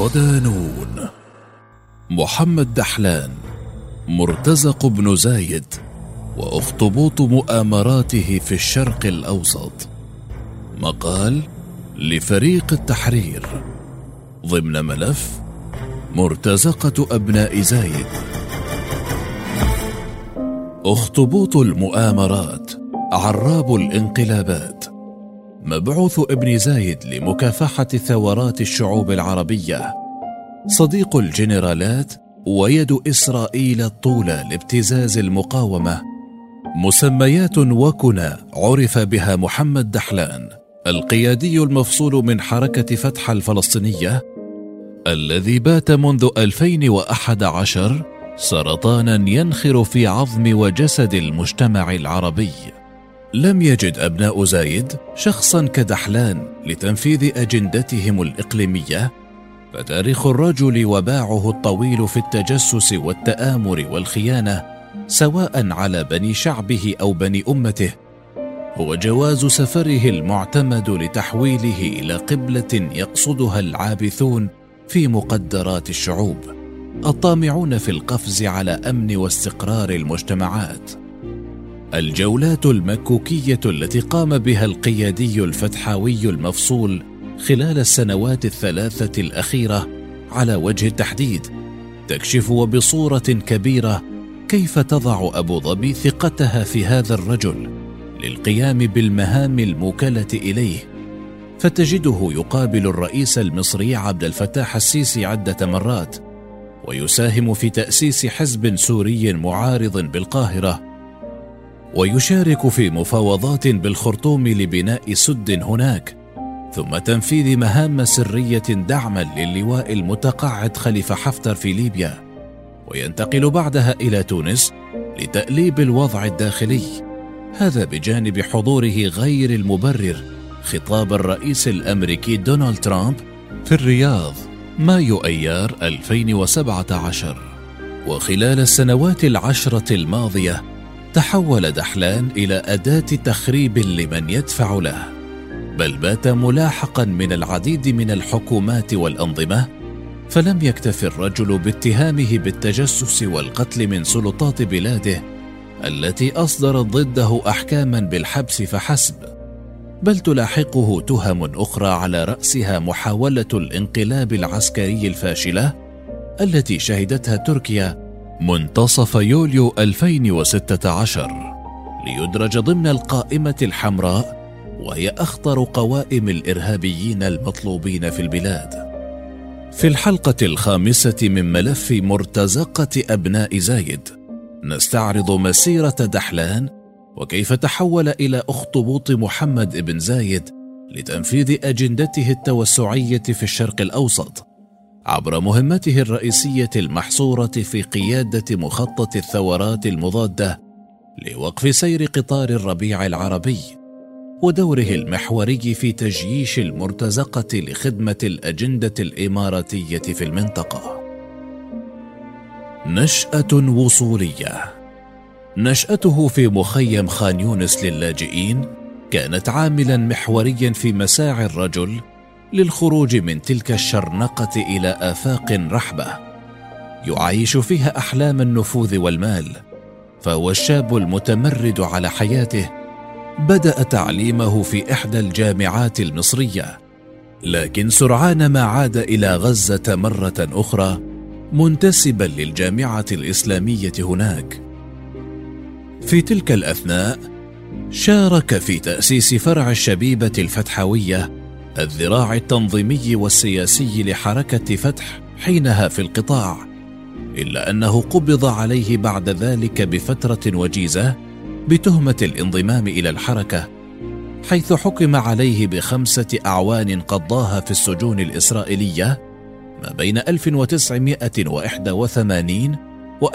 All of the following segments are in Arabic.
ودانون. محمد دحلان مرتزق بن زايد، وأخطبوط مؤامراته في الشرق الأوسط. مقال لفريق التحرير ضمن ملف مرتزقة أبناء زايد. أخطبوط المؤامرات، عراب الانقلابات، مبعوث ابن زايد لمكافحة ثورات الشعوب العربية، صديق الجنرالات ويد إسرائيل الطولى لابتزاز المقاومة. مسميات وكنى عرف بها محمد دحلان، القيادي المفصول من حركة فتح الفلسطينية، الذي بات منذ 2011 سرطانا ينخر في عظم وجسد المجتمع العربي. لم يجد أبناء زايد شخصا كدحلان لتنفيذ أجندتهم الإقليمية، فتاريخ الرجل وباعه الطويل في التجسس والتآمر والخيانة سواء على بني شعبه أو بني أمته هو جواز سفره المعتمد لتحويله إلى قبلة يقصدها العابثون في مقدرات الشعوب الطامعون في القفز على أمن واستقرار المجتمعات. الجولات المكوكية التي قام بها القيادي الفتحاوي المفصول خلال السنوات الثلاثة الأخيرة على وجه التحديد تكشف وبصورة كبيرة كيف تضع أبو ظبي ثقتها في هذا الرجل للقيام بالمهام الموكلة إليه، فتجده يقابل الرئيس المصري عبد الفتاح السيسي عدة مرات، ويساهم في تأسيس حزب سوري معارض بالقاهرة، ويشارك في مفاوضات بالخرطوم لبناء سد هناك، ثم تنفيذ مهام سرية دعما للواء المتقاعد خليفة حفتر في ليبيا، وينتقل بعدها إلى تونس لتأليب الوضع الداخلي. هذا بجانب حضوره غير المبرر خطاب الرئيس الأمريكي دونالد ترامب في الرياض مايو أيار 2017. وخلال السنوات العشرة الماضية تحول دحلان إلى أداة تخريب لمن يدفع له، بل بات ملاحقا من العديد من الحكومات والأنظمة، فلم يكتف الرجل باتهامه بالتجسس والقتل من سلطات بلاده التي أصدرت ضده أحكاما بالحبس فحسب، بل تلاحقه تهم أخرى على رأسها محاولة الانقلاب العسكري الفاشلة التي شهدتها تركيا منتصف يوليو 2016 ليدرج ضمن القائمة الحمراء، وهي أخطر قوائم الإرهابيين المطلوبين في البلاد. في الحلقة 5 من ملف مرتزقة أبناء زايد نستعرض مسيرة دحلان وكيف تحول إلى أخطبوط محمد بن زايد لتنفيذ أجندته التوسعية في الشرق الأوسط عبر مهمته الرئيسية المحصورة في قيادة مخطط الثورات المضادة لوقف سير قطار الربيع العربي، ودوره المحوري في تجييش المرتزقة لخدمة الأجندة الإماراتية في المنطقة. نشأة وصولية. نشأته في مخيم خان يونس للاجئين كانت عاملا محوريا في مساعي الرجل للخروج من تلك الشرنقة إلى آفاق رحبة يعيش فيها أحلام النفوذ والمال، فهو الشاب المتمرد على حياته. بدأ تعليمه في إحدى الجامعات المصرية، لكن سرعان ما عاد إلى غزة مرة أخرى منتسبا للجامعة الإسلامية هناك. في تلك الأثناء شارك في تأسيس فرع الشبيبة الفتحوية، الذراع التنظيمي والسياسي لحركة فتح حينها في القطاع، إلا أنه قبض عليه بعد ذلك بفترة وجيزة بتهمة الانضمام إلى الحركة، حيث حكم عليه ب5 أعوان قضاها في السجون الإسرائيلية ما بين 1981 و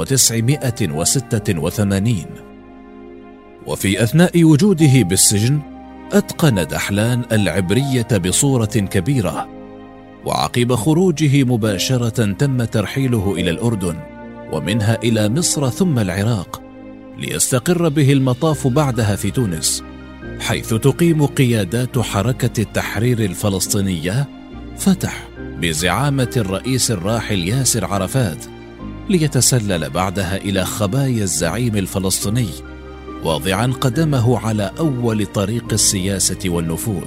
1986. وفي أثناء وجوده بالسجن أتقن دحلان العبرية بصورة كبيرة، وعقب خروجه مباشرة تم ترحيله إلى الأردن ومنها إلى مصر ثم العراق، ليستقر به المطاف بعدها في تونس، حيث تقيم قيادات حركة التحرير الفلسطينية فتح بزعامة الرئيس الراحل ياسر عرفات، ليتسلل بعدها إلى خبايا الزعيم الفلسطيني، واضعا قدمه على أول طريق السياسة والنفوذ.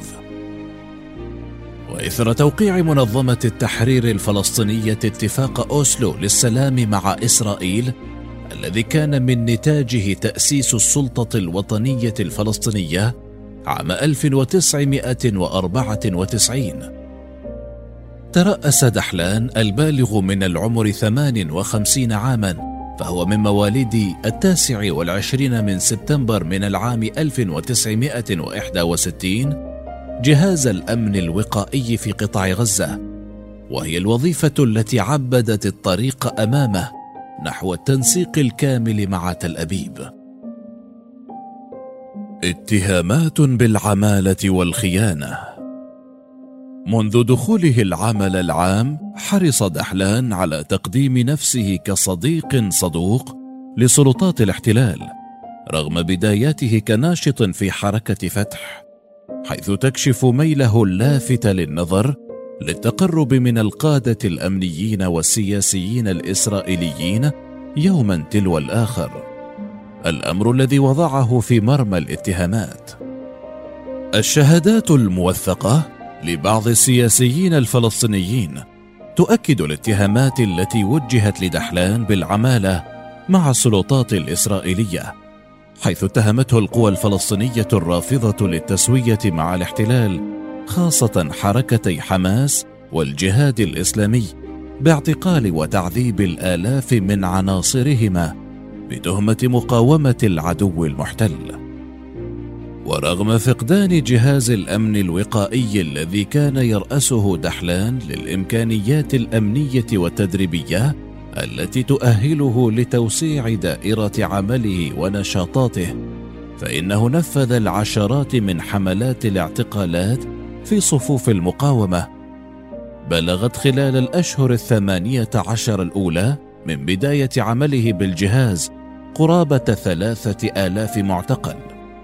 وإثر توقيع منظمة التحرير الفلسطينية اتفاق أوسلو للسلام مع إسرائيل، الذي كان من نتاجه تأسيس السلطة الوطنية الفلسطينية عام 1994، ترأس دحلان البالغ من العمر 58 عاما، فهو من مواليد 29 من سبتمبر من العام 1961 جهاز الأمن الوقائي في قطاع غزة، وهي الوظيفة التي عبدت الطريق أمامه نحو التنسيق الكامل مع تل أبيب. اتهامات بالعمالة والخيانة. منذ دخوله العمل العام حرص دحلان على تقديم نفسه كصديق صدوق لسلطات الاحتلال، رغم بداياته كناشط في حركة فتح، حيث تكشف ميله اللافت للنظر للتقرب من القادة الأمنيين والسياسيين الإسرائيليين يوما تلو الآخر، الأمر الذي وضعه في مرمى الاتهامات. الشهادات الموثقة لبعض السياسيين الفلسطينيين تؤكد الاتهامات التي وجهت لدحلان بالعمالة مع السلطات الإسرائيلية، حيث اتهمته القوى الفلسطينية الرافضة للتسوية مع الاحتلال، خاصة حركتي حماس والجهاد الإسلامي، باعتقال وتعذيب الآلاف من عناصرهما بتهمة مقاومة العدو المحتل. ورغم فقدان جهاز الأمن الوقائي الذي كان يرأسه دحلان للإمكانيات الأمنية والتدريبية التي تؤهله لتوسيع دائرة عمله ونشاطاته، فإنه نفذ العشرات من حملات الاعتقالات في صفوف المقاومة، بلغت خلال الأشهر 18 الأولى من بداية عمله بالجهاز قرابة 3000 معتقل.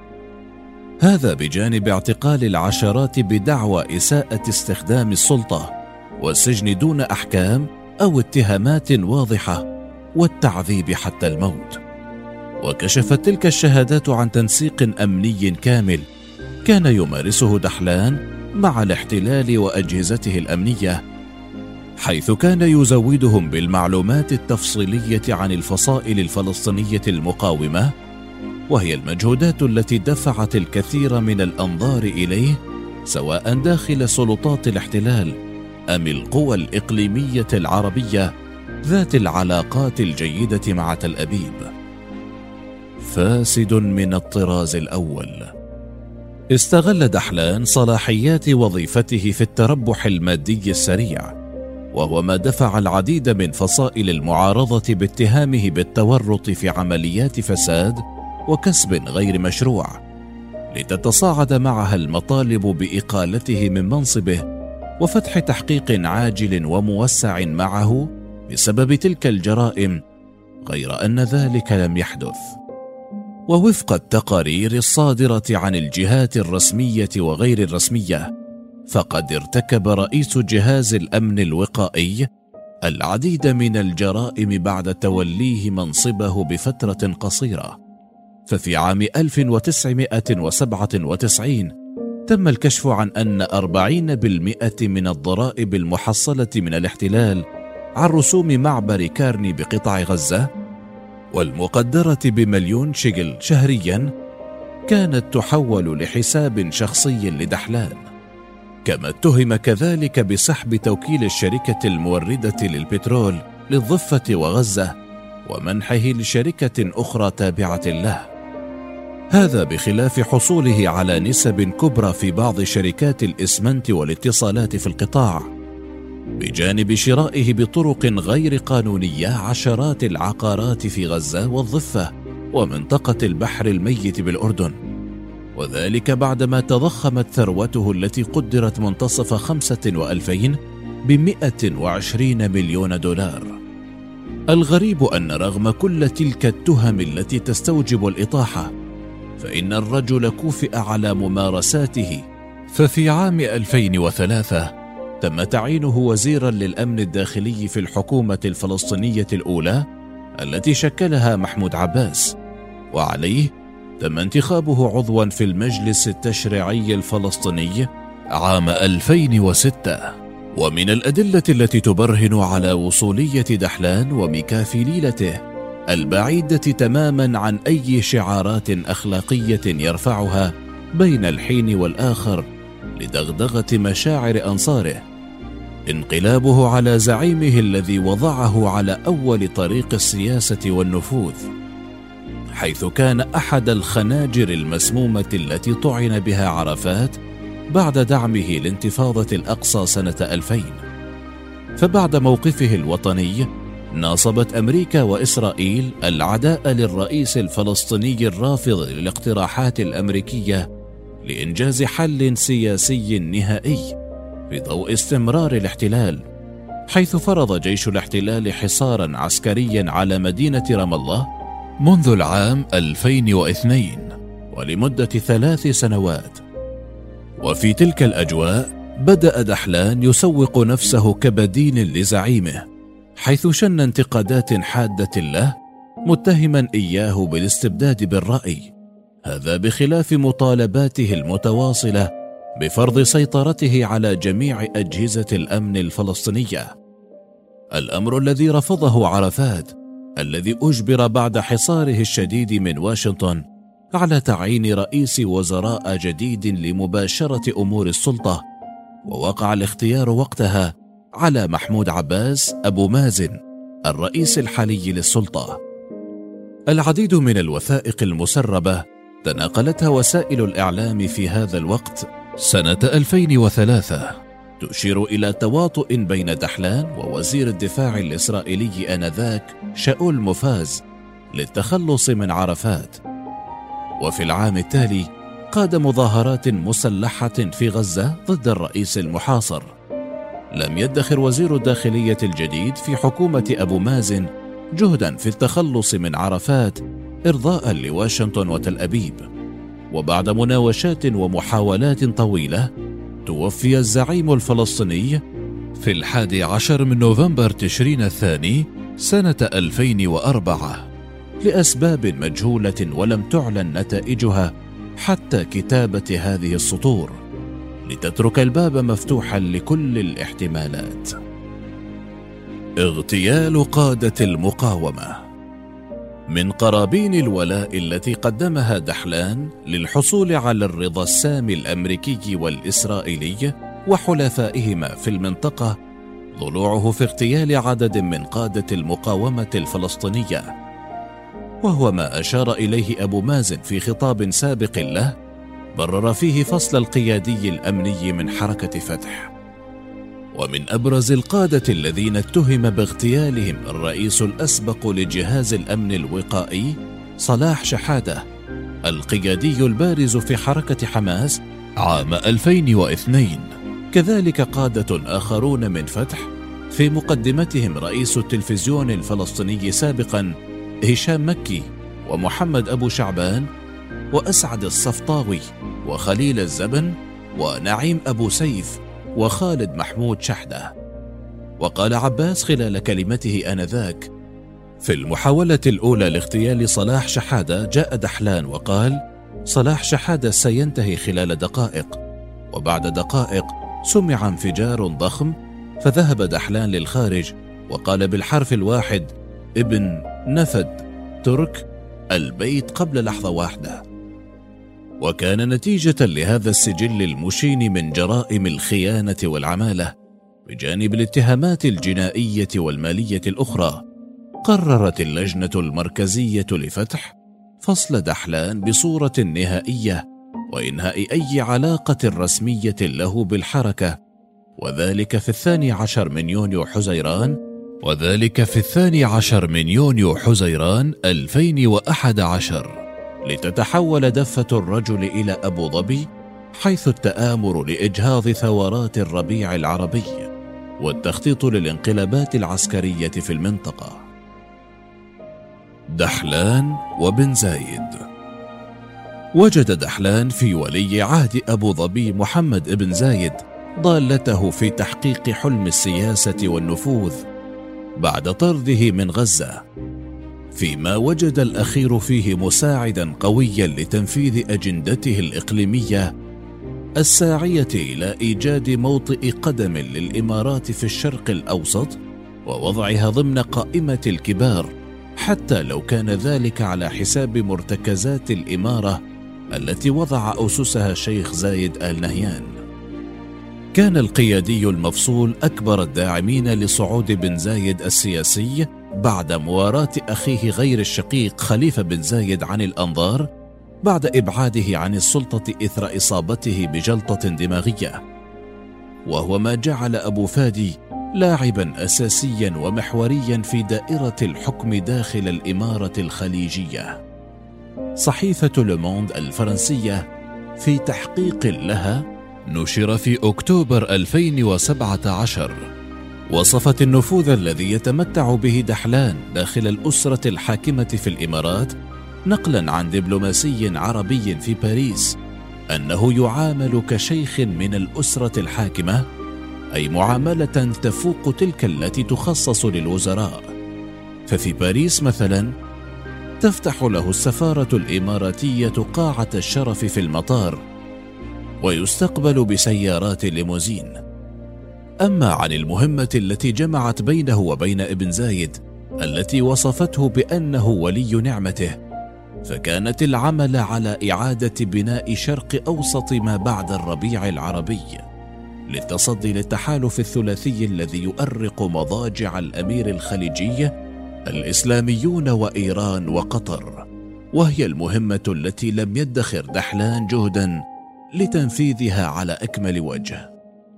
هذا بجانب اعتقال العشرات بدعوى إساءة استخدام السلطة والسجن دون أحكام أو اتهامات واضحة والتعذيب حتى الموت. وكشفت تلك الشهادات عن تنسيق أمني كامل كان يمارسه دحلان مع الاحتلال وأجهزته الأمنية، حيث كان يزودهم بالمعلومات التفصيلية عن الفصائل الفلسطينية المقاومة، وهي المجهودات التي دفعت الكثير من الأنظار إليه، سواء داخل سلطات الاحتلال أم القوى الإقليمية العربية ذات العلاقات الجيدة مع تل أبيب. فاسد من الطراز الأول. استغل دحلان صلاحيات وظيفته في التربح المادي السريع، وهو ما دفع العديد من فصائل المعارضة باتهامه بالتورط في عمليات فساد وكسب غير مشروع، لتتصاعد معها المطالب بإقالته من منصبه وفتح تحقيق عاجل وموسع معه بسبب تلك الجرائم، غير أن ذلك لم يحدث. ووفق التقارير الصادرة عن الجهات الرسمية وغير الرسمية، فقد ارتكب رئيس جهاز الأمن الوقائي العديد من الجرائم بعد توليه منصبه بفترة قصيرة. ففي عام 1997 تم الكشف عن أن 40% من الضرائب المحصلة من الاحتلال عن رسوم معبر كارني بقطاع غزة والمقدرة ب1,000,000 شيكل شهريا كانت تحول لحساب شخصي لدحلان. كما اتهم كذلك بسحب توكيل الشركة الموردة للبترول للضفة وغزة ومنحه لشركة أخرى تابعة له، هذا بخلاف حصوله على نسب كبرى في بعض شركات الإسمنت والاتصالات في القطاع، بجانب شرائه بطرق غير قانونية عشرات العقارات في غزة والضفة ومنطقة البحر الميت بالأردن، وذلك بعدما تضخمت ثروته التي قدرت منتصف 2025 ب120 مليون دولار. الغريب أن رغم كل تلك التهم التي تستوجب الإطاحة، فإن الرجل كوفئ على ممارساته. ففي عام 2003 تم تعيينه وزيرا للأمن الداخلي في الحكومة الفلسطينية الأولى التي شكلها محمود عباس، وعليه تم انتخابه عضوا في المجلس التشريعي الفلسطيني عام 2006. ومن الأدلة التي تبرهن على وصولية دحلان وميكافيليته البعيدة تماما عن أي شعارات أخلاقية يرفعها بين الحين والآخر لدغدغة مشاعر أنصاره انقلابه على زعيمه الذي وضعه على أول طريق السياسة والنفوذ، حيث كان أحد الخناجر المسمومة التي طعن بها عرفات بعد دعمه لانتفاضة الأقصى سنة 2000. فبعد موقفه الوطني ناصبت أمريكا وإسرائيل العداء للرئيس الفلسطيني الرافض للاقتراحات الأمريكية لإنجاز حل سياسي نهائي في ضوء استمرار الاحتلال، حيث فرض جيش الاحتلال حصارا عسكريا على مدينة رام الله منذ العام 2002 ولمدة 3 سنوات. وفي تلك الأجواء بدأ دحلان يسوق نفسه كبديل لزعيمه، حيث شن انتقادات حادة له متهما إياه بالاستبداد بالرأي، هذا بخلاف مطالباته المتواصلة بفرض سيطرته على جميع أجهزة الأمن الفلسطينية، الأمر الذي رفضه عرفات الذي أجبر بعد حصاره الشديد من واشنطن على تعيين رئيس وزراء جديد لمباشرة أمور السلطة، ووقع الاختيار وقتها على محمود عباس أبو مازن الرئيس الحالي للسلطة. العديد من الوثائق المسربة تناقلتها وسائل الإعلام في هذا الوقت سنة 2003 تشير إلى تواطؤ بين دحلان ووزير الدفاع الإسرائيلي آنذاك شاول موفاز للتخلص من عرفات. وفي العام التالي قاد مظاهرات مسلحة في غزة ضد الرئيس المحاصر. لم يدخر وزير الداخلية الجديد في حكومة أبو مازن جهدا في التخلص من عرفات إرضاء لواشنطن وتل أبيب، وبعد مناوشات ومحاولات طويلة توفي الزعيم الفلسطيني في 11 من نوفمبر تشرين الثاني سنة 2004 لأسباب مجهولة ولم تعلن نتائجها حتى كتابة هذه السطور، لتترك الباب مفتوحا لكل الاحتمالات. اغتيال قادة المقاومة. من قرابين الولاء التي قدمها دحلان للحصول على الرضا السامي الأمريكي والإسرائيلي وحلفائهما في المنطقة ضلوعه في اغتيال عدد من قادة المقاومة الفلسطينية، وهو ما أشار إليه أبو مازن في خطاب سابق له برر فيه فصل القيادي الأمني من حركة فتح. ومن أبرز القادة الذين اتهم باغتيالهم الرئيس الأسبق لجهاز الأمن الوقائي صلاح شحادة القيادي البارز في حركة حماس عام 2002، كذلك قادة آخرون من فتح في مقدمتهم رئيس التلفزيون الفلسطيني سابقا هشام مكي ومحمد أبو شعبان وأسعد الصفطاوي وخليل الزبن ونعيم أبو سيف وخالد محمود شحدة. وقال عباس خلال كلمته آنذاك: في المحاولة الأولى لاغتيال صلاح شحادة جاء دحلان وقال: صلاح شحادة سينتهي خلال دقائق. وبعد دقائق سمع انفجار ضخم، فذهب دحلان للخارج وقال بالحرف الواحد: ابن نفد ترك البيت قبل لحظة واحدة. وكان نتيجة لهذا السجل المشين من جرائم الخيانة والعمالة بجانب الاتهامات الجنائية والمالية الأخرى، قررت اللجنة المركزية لفتح فصل دحلان بصورة نهائية وإنهاء أي علاقة رسمية له بالحركة، وذلك في 12 من يونيو حزيران 2011، لتتحول دفة الرجل إلى أبو ظبي، حيث التآمر لإجهاض ثورات الربيع العربي والتخطيط للانقلابات العسكرية في المنطقة. دحلان وبن زايد. وجد دحلان في ولي عهد أبو ظبي محمد بن زايد ضالته في تحقيق حلم السياسة والنفوذ بعد طرده من غزة، فيما وجد الأخير فيه مساعدا قويا لتنفيذ أجندته الإقليمية الساعية إلى إيجاد موطئ قدم للإمارات في الشرق الأوسط ووضعها ضمن قائمة الكبار، حتى لو كان ذلك على حساب مرتكزات الإمارة التي وضع أسسها الشيخ زايد آل نهيان. كان القيادي المفصول أكبر الداعمين لصعود بن زايد السياسي بعد مواراة أخيه غير الشقيق خليفة بن زايد عن الأنظار بعد إبعاده عن السلطة إثر إصابته بجلطة دماغية، وهو ما جعل أبو فادي لاعبا أساسيا ومحوريا في دائرة الحكم داخل الإمارة الخليجية. صحيفة لوموند الفرنسية في تحقيق لها نشر في أكتوبر 2017 وصفت النفوذ الذي يتمتع به دحلان داخل الأسرة الحاكمة في الإمارات، نقلا عن دبلوماسي عربي في باريس، أنه يعامل كشيخ من الأسرة الحاكمة، أي معاملة تفوق تلك التي تخصص للوزراء. ففي باريس مثلا تفتح له السفارة الإماراتية قاعة الشرف في المطار ويستقبل بسيارات الليموزين. أما عن المهمة التي جمعت بينه وبين ابن زايد التي وصفته بأنه ولي نعمته، فكانت العمل على إعادة بناء شرق أوسط ما بعد الربيع العربي للتصدي للتحالف الثلاثي الذي يؤرق مضاجع الأمير الخليجي الإسلاميون وإيران وقطر، وهي المهمة التي لم يدخر دحلان جهدا لتنفيذها على أكمل وجه.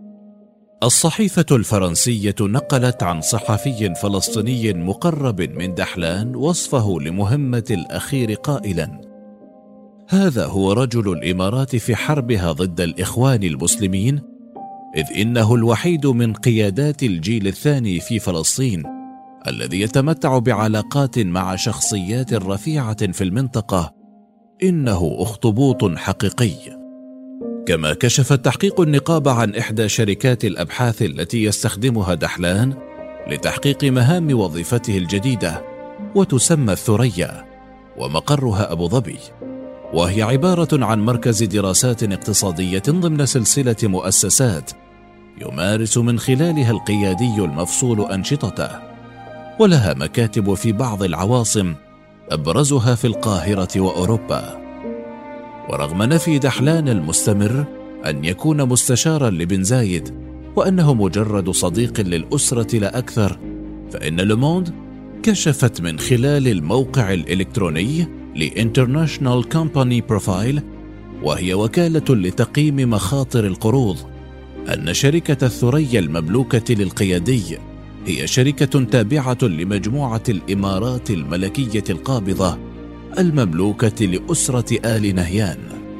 الصحيفة الفرنسية نقلت عن صحفي فلسطيني مقرب من دحلان وصفه لمهمة الأخير قائلا: هذا هو رجل الإمارات في حربها ضد الإخوان المسلمين، إذ إنه الوحيد من قيادات الجيل الثاني في فلسطين الذي يتمتع بعلاقات مع شخصيات رفيعة في المنطقة، إنه أخطبوط حقيقي. كما كشف التحقيق النقاب عن إحدى شركات الأبحاث التي يستخدمها دحلان لتحقيق مهام وظيفته الجديدة، وتسمى الثريا، ومقرها أبو ظبي، وهي عبارة عن مركز دراسات اقتصادية ضمن سلسلة مؤسسات يمارس من خلالها القيادي المفصول أنشطته، ولها مكاتب في بعض العواصم أبرزها في القاهرة وأوروبا. ورغم نفي دحلان المستمر أن يكون مستشارا لبن زايد وأنه مجرد صديق للأسرة لا أكثر، فإن لوموند كشفت من خلال الموقع الإلكتروني لإنترناشنال كومباني بروفايل، وهي وكالة لتقييم مخاطر القروض، أن شركة الثريا المملوكة للقيادي هي شركة تابعة لمجموعة الإمارات الملكية القابضة المملوكة لأسرة آل نهيان.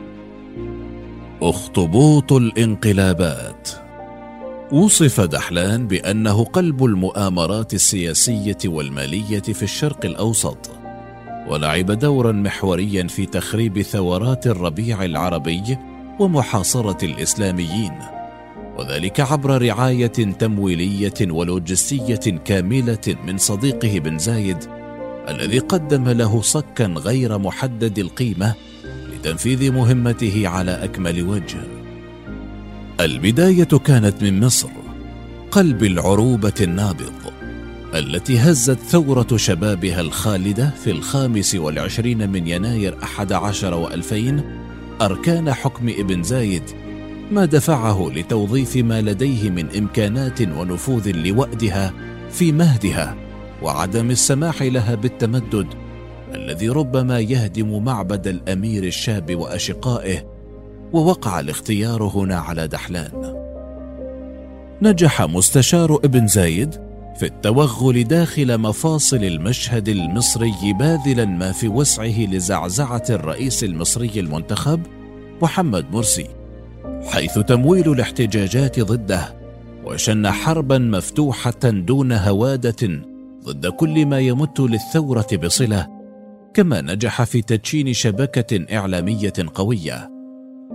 أخطبوط الانقلابات. وصف دحلان بأنه قلب المؤامرات السياسية والمالية في الشرق الأوسط، ولعب دورا محوريا في تخريب ثورات الربيع العربي ومحاصرة الإسلاميين، وذلك عبر رعاية تمويلية ولوجستية كاملة من صديقه بن زايد الذي قدم له صكا غير محدد القيمة لتنفيذ مهمته على أكمل وجه. البداية كانت من مصر، قلب العروبة النابض التي هزت ثورة شبابها الخالدة في 25 من يناير 11 و2000 أركان حكم ابن زايد، ما دفعه لتوظيف ما لديه من إمكانات ونفوذ لوأدها في مهدها وعدم السماح لها بالتمدد الذي ربما يهدم معبد الأمير الشاب وأشقائه. ووقع الاختيار هنا على دحلان. نجح مستشار ابن زايد في التوغل داخل مفاصل المشهد المصري باذلا ما في وسعه لزعزعة الرئيس المصري المنتخب محمد مرسي، حيث تمويل الاحتجاجات ضده وشن حربا مفتوحة دون هوادة ضد كل ما يمت للثورة بصلة، كما نجح في تدشين شبكة إعلامية قوية.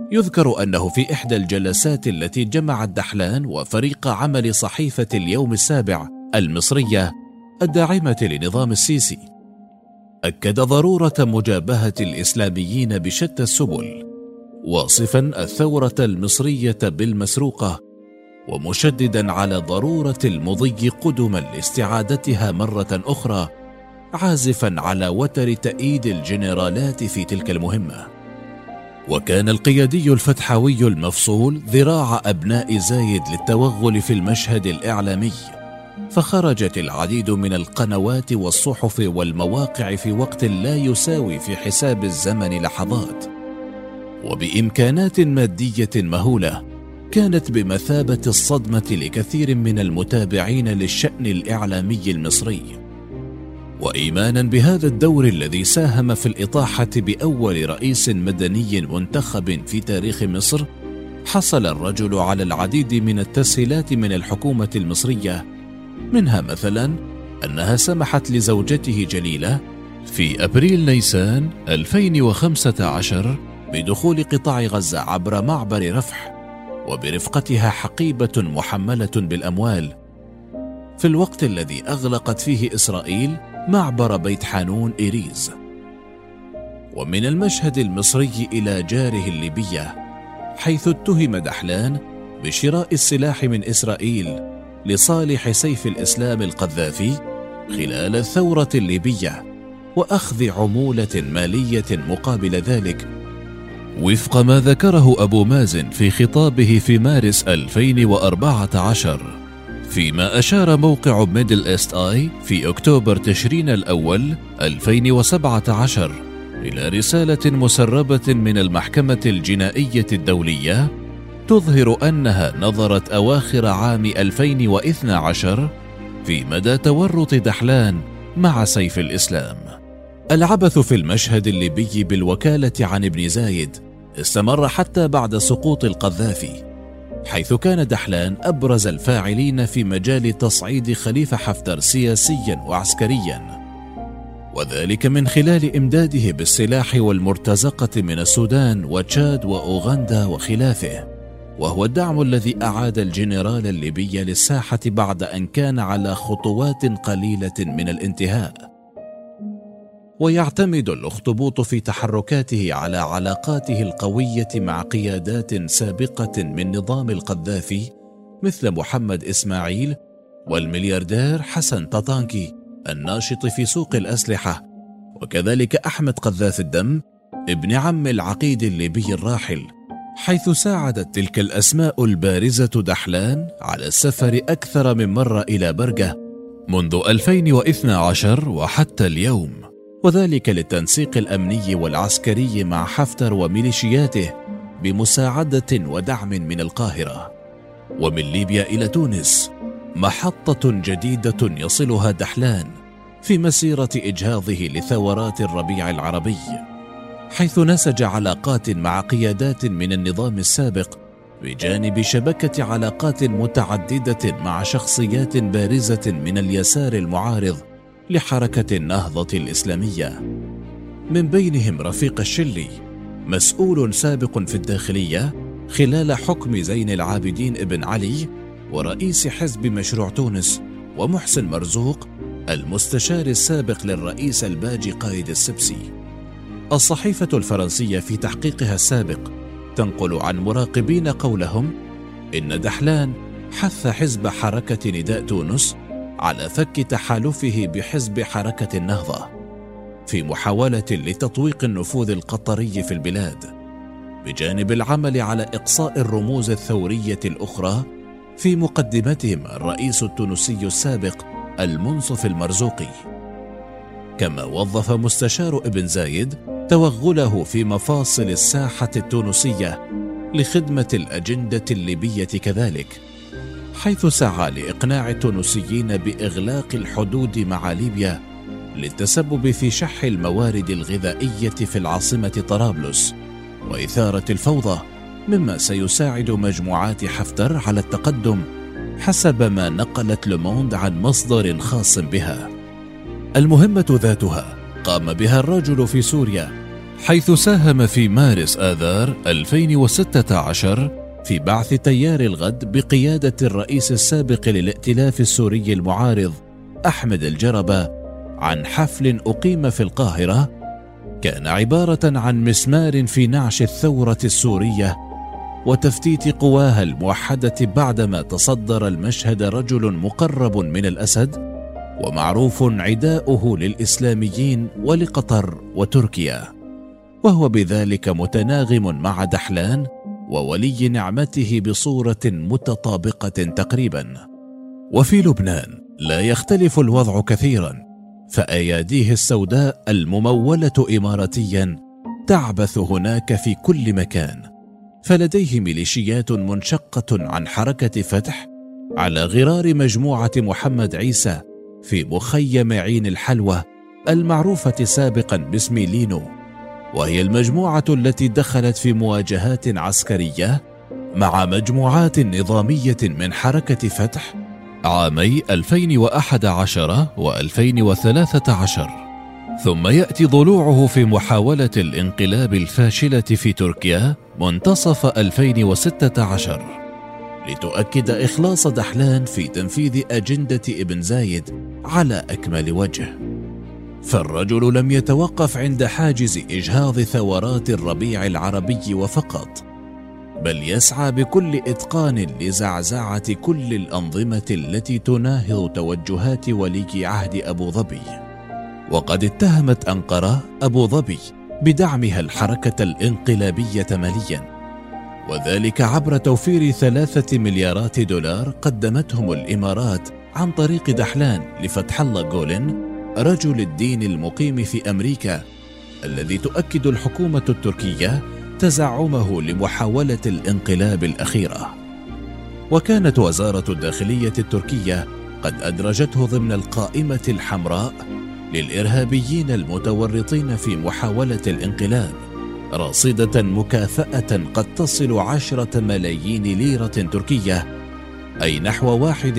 يذكر أنه في إحدى الجلسات التي جمعت دحلان وفريق عمل صحيفة اليوم السابع المصرية الداعمة لنظام السيسي، أكد ضرورة مجابهة الإسلاميين بشتى السبل، واصفا الثورة المصرية بالمسروقة، ومشددا على ضرورة المضي قدما لاستعادتها مرة أخرى، عازفا على وتر تأييد الجنرالات في تلك المهمة. وكان القيادي الفتحوي المفصول ذراع أبناء زايد للتوغل في المشهد الإعلامي، فخرجت العديد من القنوات والصحف والمواقع في وقت لا يساوي في حساب الزمن لحظات، وبإمكانات مادية مهولة كانت بمثابة الصدمة لكثير من المتابعين للشأن الإعلامي المصري. وإيمانا بهذا الدور الذي ساهم في الإطاحة بأول رئيس مدني منتخب في تاريخ مصر، حصل الرجل على العديد من التسهيلات من الحكومة المصرية، منها مثلا أنها سمحت لزوجته جليلة في أبريل نيسان 2015 بدخول قطاع غزة عبر معبر رفح، وبرفقتها حقيبة محملة بالأموال، في الوقت الذي أغلقت فيه إسرائيل معبر بيت حانون إيريز. ومن المشهد المصري إلى جاره الليبية، حيث اتهم دحلان بشراء السلاح من إسرائيل لصالح سيف الإسلام القذافي خلال الثورة الليبية، وأخذ عمولة مالية مقابل ذلك، وفق ما ذكره أبو مازن في خطابه في مارس 2014، فيما أشار موقع ميدل إيست آي في أكتوبر تشرين الأول 2017 إلى رسالة مسربة من المحكمة الجنائية الدولية تظهر أنها نظرت أواخر عام 2012 في مدى تورط دحلان مع سيف الإسلام. العبث في المشهد الليبي بالوكالة عن ابن زايد استمر حتى بعد سقوط القذافي، حيث كان دحلان أبرز الفاعلين في مجال تصعيد خليفة حفتر سياسيا وعسكريا، وذلك من خلال إمداده بالسلاح والمرتزقة من السودان وتشاد وأوغندا وخلافه، وهو الدعم الذي أعاد الجنرال الليبي للساحة بعد أن كان على خطوات قليلة من الانتهاء. ويعتمد الأخطبوط في تحركاته على علاقاته القوية مع قيادات سابقة من نظام القذافي مثل محمد إسماعيل والملياردير حسن تطانكي الناشط في سوق الأسلحة، وكذلك أحمد قذاف الدم ابن عم العقيد الليبي الراحل، حيث ساعدت تلك الأسماء البارزة دحلان على السفر أكثر من مرة إلى برقة منذ 2012 وحتى اليوم، وذلك للتنسيق الأمني والعسكري مع حفتر وميليشياته بمساعدة ودعم من القاهرة. ومن ليبيا إلى تونس، محطة جديدة يصلها دحلان في مسيرة إجهاضه لثورات الربيع العربي، حيث نسج علاقات مع قيادات من النظام السابق بجانب شبكة علاقات متعددة مع شخصيات بارزة من اليسار المعارض لحركة النهضة الإسلامية، من بينهم رفيق الشلي، مسؤول سابق في الداخلية خلال حكم زين العابدين ابن علي ورئيس حزب مشروع تونس، ومحسن مرزوق المستشار السابق للرئيس الباجي قائد السبسي. الصحيفة الفرنسية في تحقيقها السابق تنقل عن مراقبين قولهم إن دحلان حث حزب حركة نداء تونس على فك تحالفه بحزب حركة النهضة في محاولة لتطويق النفوذ القطري في البلاد، بجانب العمل على إقصاء الرموز الثورية الأخرى في مقدمتهم الرئيس التونسي السابق المنصف المرزوقي. كما وظف مستشار ابن زايد توغله في مفاصل الساحة التونسية لخدمة الأجندة الليبية كذلك، حيث سعى لإقناع التونسيين بإغلاق الحدود مع ليبيا للتسبب في شح الموارد الغذائية في العاصمة طرابلس وإثارة الفوضى، مما سيساعد مجموعات حفتر على التقدم حسب ما نقلت لوموند عن مصدر خاص بها. المهمة ذاتها قام بها الرجل في سوريا حيث ساهم في مارس آذار 2016 في بعث تيار الغد بقيادة الرئيس السابق للائتلاف السوري المعارض أحمد الجربة عن حفل أقيم في القاهرة كان عبارة عن مسمار في نعش الثورة السورية وتفتيت قواها الموحدة بعدما تصدر المشهد رجل مقرب من الأسد ومعروف عداؤه للإسلاميين ولقطر وتركيا، وهو بذلك متناغم مع دحلان وولي نعمته بصورة متطابقة تقريبا. وفي لبنان لا يختلف الوضع كثيرا، فأياديه السوداء الممولة إماراتيا تعبث هناك في كل مكان، فلديه ميليشيات منشقة عن حركة فتح على غرار مجموعة محمد عيسى في مخيم عين الحلوة المعروفة سابقا باسم لينو، وهي المجموعة التي دخلت في مواجهات عسكرية مع مجموعات نظامية من حركة فتح عامي 2011 و2013، ثم يأتي ضلوعه في محاولة الانقلاب الفاشلة في تركيا منتصف 2016 لتؤكد إخلاص دحلان في تنفيذ أجندة ابن زايد على أكمل وجه. فالرجل لم يتوقف عند حاجز إجهاض ثورات الربيع العربي وفقط، بل يسعى بكل إتقان لزعزعة كل الأنظمة التي تناهض توجهات ولي عهد أبو ظبي. وقد اتهمت أنقرة أبو ظبي بدعمها الحركة الانقلابية ماليا، وذلك عبر توفير 3 مليارات دولار قدمتهم الإمارات عن طريق دحلان لفتح الله جولن رجل الدين المقيم في أمريكا، الذي تؤكد الحكومة التركية تزعمه لمحاولة الانقلاب الأخيرة. وكانت وزارة الداخلية التركية قد أدرجته ضمن القائمة الحمراء للإرهابيين المتورطين في محاولة الانقلاب، راصدة مكافأة قد تصل 10 ملايين ليرة تركية، أي نحو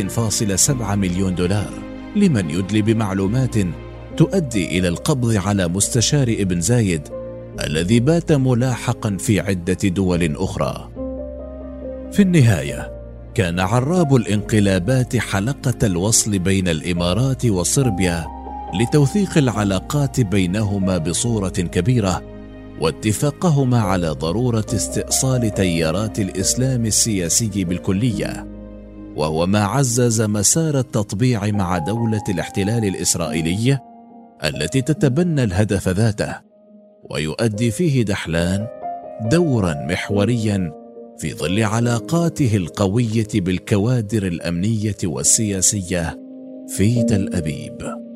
1.7 مليون دولار، لمن يدلي بمعلومات تؤدي إلى القبض على مستشار ابن زايد الذي بات ملاحقا في عدة دول أخرى. في النهاية كان عراب الانقلابات حلقة الوصل بين الإمارات وصربيا لتوثيق العلاقات بينهما بصورة كبيرة، واتفاقهما على ضرورة استئصال تيارات الإسلام السياسي بالكلية، وهو ما عزز مسار التطبيع مع دولة الاحتلال الإسرائيلي التي تتبنى الهدف ذاته، ويؤدي فيه دحلان دورا محوريا في ظل علاقاته القوية بالكوادر الأمنية والسياسية في تل أبيب.